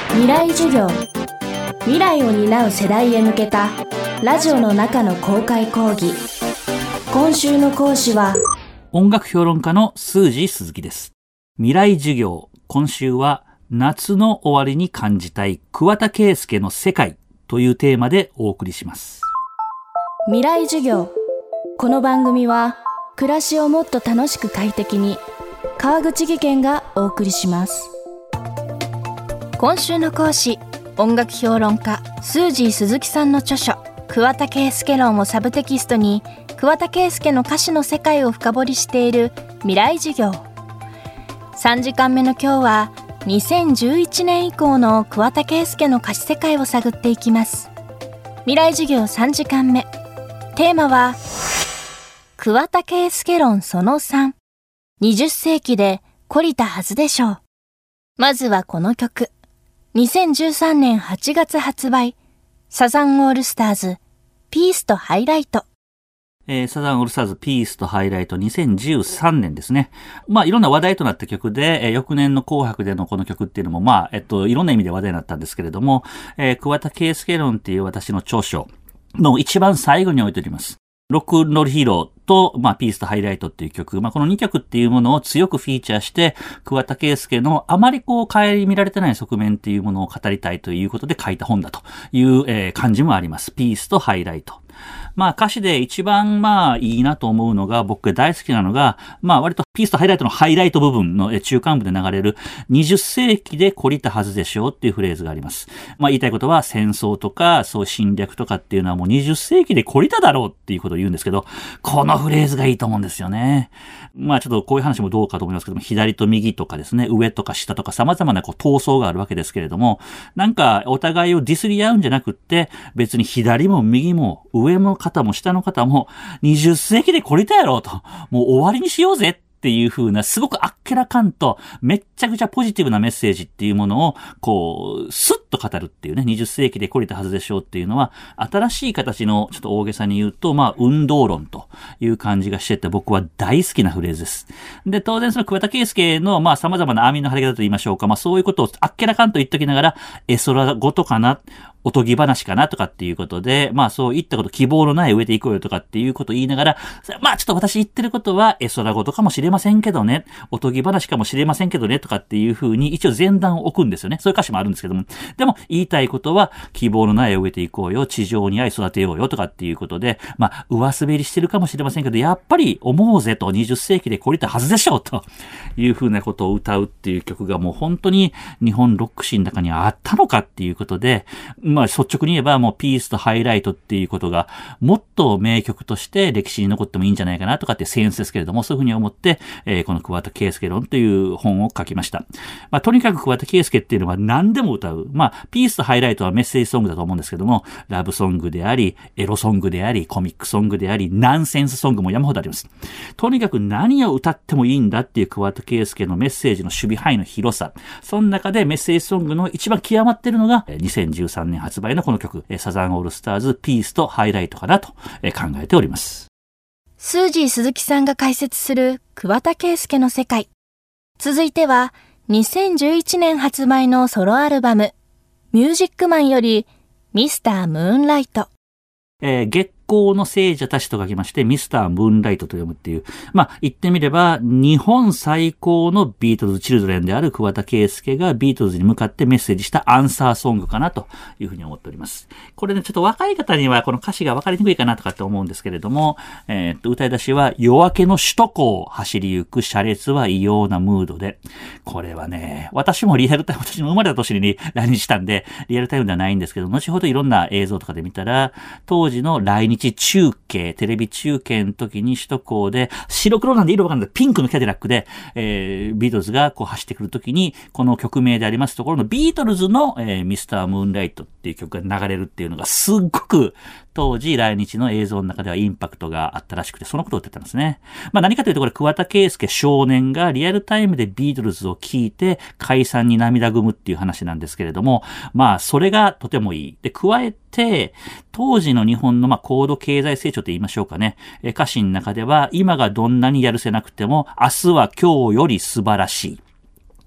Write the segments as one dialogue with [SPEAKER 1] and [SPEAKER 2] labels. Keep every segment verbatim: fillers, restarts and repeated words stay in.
[SPEAKER 1] 未来授業。未来を担う世代へ向けたラジオの中の公開講義。今週の講師は
[SPEAKER 2] 音楽評論家のスージー鈴木です。未来授業、今週は夏の終わりに感じたい桑田佳祐の世界というテーマでお送りします。
[SPEAKER 1] 未来授業。この番組は暮らしをもっと楽しく快適に、川口義賢がお送りします。今週の講師、音楽評論家スージー鈴木さんの著書桑田佳祐論をサブテキストに桑田佳祐の歌詞の世界を深掘りしている未来授業。さんじかんめの今日はにせんじゅういちねん以降の桑田佳祐の歌詞世界を探っていきます。未来授業さんじかんめ、テーマは桑田佳祐論そのさん、にじゅっせいきで懲りたはずでしょう。まずはこの曲、にせんじゅうさんねんはちがつ発売、サザンオールスターズピースとハイライト。
[SPEAKER 2] えー、サザンオールスターズピースとハイライトにせんじゅうさんねんですね。まあいろんな話題となった曲で、えー、翌年の紅白でのこの曲っていうのもまあえっといろんな意味で話題になったんですけれども、えー、桑田佳祐論っていう私の長所の一番最後に置いております。ロックンロールヒーローと、まあ、ピースとハイライトっていう曲。まあ、このにきょくっていうものを強くフィーチャーして、桑田佳祐のあまりこう、顧みられてない側面っていうものを語りたいということで書いた本だという、えー、感じもあります。ピースとハイライト。まあ歌詞で一番まあいいなと思うのが、僕が大好きなのが、まあ割とピースとハイライトのハイライト部分の中間部で流れるにじゅっせいきで懲りたはずでしょうっていうフレーズがあります。まあ言いたいことは戦争とかそう侵略とかっていうのはもうにじゅっせいきで懲りただろうっていうことを言うんですけど、このフレーズがいいと思うんですよね。まあちょっとこういう話もどうかと思いますけども、左と右とかですね、上とか下とか様々なこう闘争があるわけですけれども、なんかお互いをディスり合うんじゃなくって、別に左も右も上も方も下の方もにじゅっせいきで懲りたやろうと、もう終わりにしようぜっていう風な、すごくあっけらかんとめっちゃくちゃポジティブなメッセージっていうものをこうスッと語るっていうね、にじゅっせいきで懲りたはずでしょうっていうのは、新しい形のちょっと大げさに言うと、まあ運動論という感じがしてて、僕は大好きなフレーズです。で、当然その桑田佳祐のまあ様々な網の張り方と言いましょうか、まあそういうことをあっけらかんと言っときながら、絵空事かな、おとぎ話かなとかっていうことで、まあそういったこと、希望のない植えていこうよとかっていうことを言いながら、まあちょっと私言ってることは絵空事かもしれませんけどね、おとぎ話かもしれませんけどねとかっていう風に一応前段を置くんですよね。そういう歌詞もあるんですけども。でも言いたいことは希望のない植えていこうよ、地上に愛育てようよとかっていうことで、まあ上滑りしてるかもしれませんけど、やっぱり思うぜとにじゅっせいきで懲りたはずでしょうという風なことを歌うっていう曲がもう本当に日本ロック史の中にあったのかっていうことで、まあ率直に言えばもうピースとハイライトっていうことがもっと名曲として歴史に残ってもいいんじゃないかなとかってセンスですけれども、そういうふうに思って、えー、この桑田佳祐論という本を書きました。まあとにかく桑田佳祐っていうのは何でも歌う。まあピースとハイライトはメッセージソングだと思うんですけども、ラブソングであり、エロソングであり、コミックソングであり、ナンセンスソングも山ほどあります。とにかく何を歌ってもいいんだっていう桑田佳祐のメッセージの守備範囲の広さ。その中でメッセージソングの一番極まっているのがにせんじゅうさんねん発売のこの曲、サザンオールスターズピースとハイライトかなと考えております。
[SPEAKER 1] スージー鈴木さんが解説する桑田佳祐の世界。続いてはにせんじゅういちねん発売のソロアルバムミュージックマンよりミスタームーンライト。
[SPEAKER 2] えー、月光の聖者たちと書きましてミスタームーンライトと読むっていう、まあ言ってみれば日本最高のビートルズチルドレンである桑田佳祐がビートルズに向かってメッセージしたアンサーソングかなというふうに思っております。これね、ちょっと若い方にはこの歌詞が分かりにくいかなとかって思うんですけれども、えー、っと歌い出しは夜明けの首都高を走りゆく車列は異様なムードで、これはね、私もリアルタイム、私の生まれた年に来日したんでリアルタイムではないんですけど、後ほどいろんな映像とかで見たら、当時の来日中継、テレビ中継の時に首都高で、白黒なんで色わかんないピンクのキャデラックで、えー、ビートルズがこう走ってくる時に、この曲名でありますところのビートルズの、えー、ミスタームーンライトっていう曲が流れるっていうのがすっごく当時来日の映像の中ではインパクトがあったらしくて、そのことを言ってたんですね。まあ何かというとこれ桑田佳祐少年がリアルタイムでビートルズを聴いて解散に涙ぐむっていう話なんですけれども、まあそれがとてもいい。で、加えて、当時の日本のまあ高度経済成長と言いましょうかね。歌詞の中では今がどんなにやるせなくても明日は今日より素晴らしい。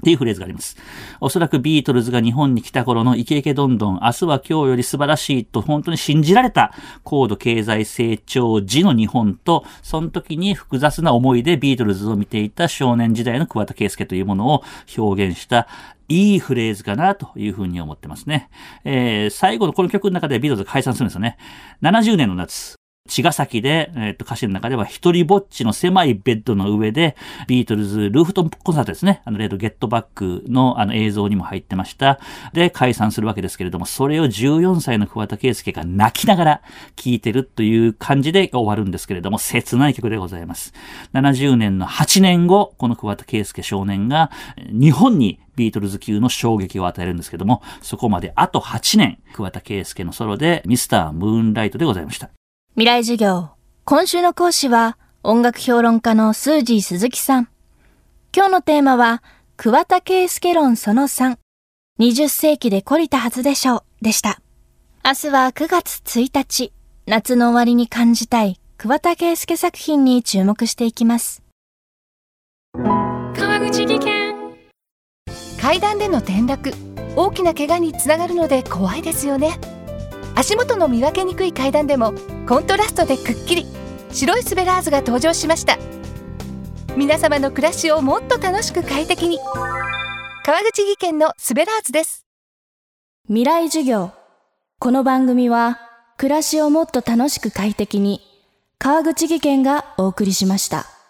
[SPEAKER 2] っていうフレーズがあります。おそらくビートルズが日本に来た頃のイケイケどんどん、明日は今日より素晴らしいと本当に信じられた高度経済成長時の日本と、その時に複雑な思いでビートルズを見ていた少年時代の桑田佳祐というものを表現したいいフレーズかなというふうに思ってますね。えー、最後のこの曲の中でビートルズが解散するんですよね。ななじゅうねんの夏。茅ヶ崎で、えー、と歌詞の中では一人ぼっちの狭いベッドの上でビートルズルーフトンコンサートですね、あのレッドゲットバックのあの映像にも入ってました。で解散するわけですけれども、それをじゅうよんさいの桑田佳祐が泣きながら聴いてるという感じで終わるんですけれども、切ない曲でございます。ななじゅうねんのはちねんご、この桑田佳祐少年が日本にビートルズ級の衝撃を与えるんですけれども、そこまであとはちねん、桑田佳祐のソロでミスタームーンライトでございました。
[SPEAKER 1] 未来授業。今週の講師は音楽評論家のスージー鈴木さん。今日のテーマは桑田佳祐論そのさん。にじゅっ世紀で懲りたはずでしょうでした。明日はくがつついたち、夏の終わりに感じたい桑田佳祐作品に注目していきます。
[SPEAKER 3] 川口技研。階段での転落、大きな怪我につながるので怖いですよね。足元の見分けにくい階段でもコントラストでくっきり白いスベラーズが登場しました。皆様の暮らしをもっと楽しく快適に、川口技研のスベラーズです。
[SPEAKER 1] 未来授業。この番組は暮らしをもっと楽しく快適に、川口技研がお送りしました。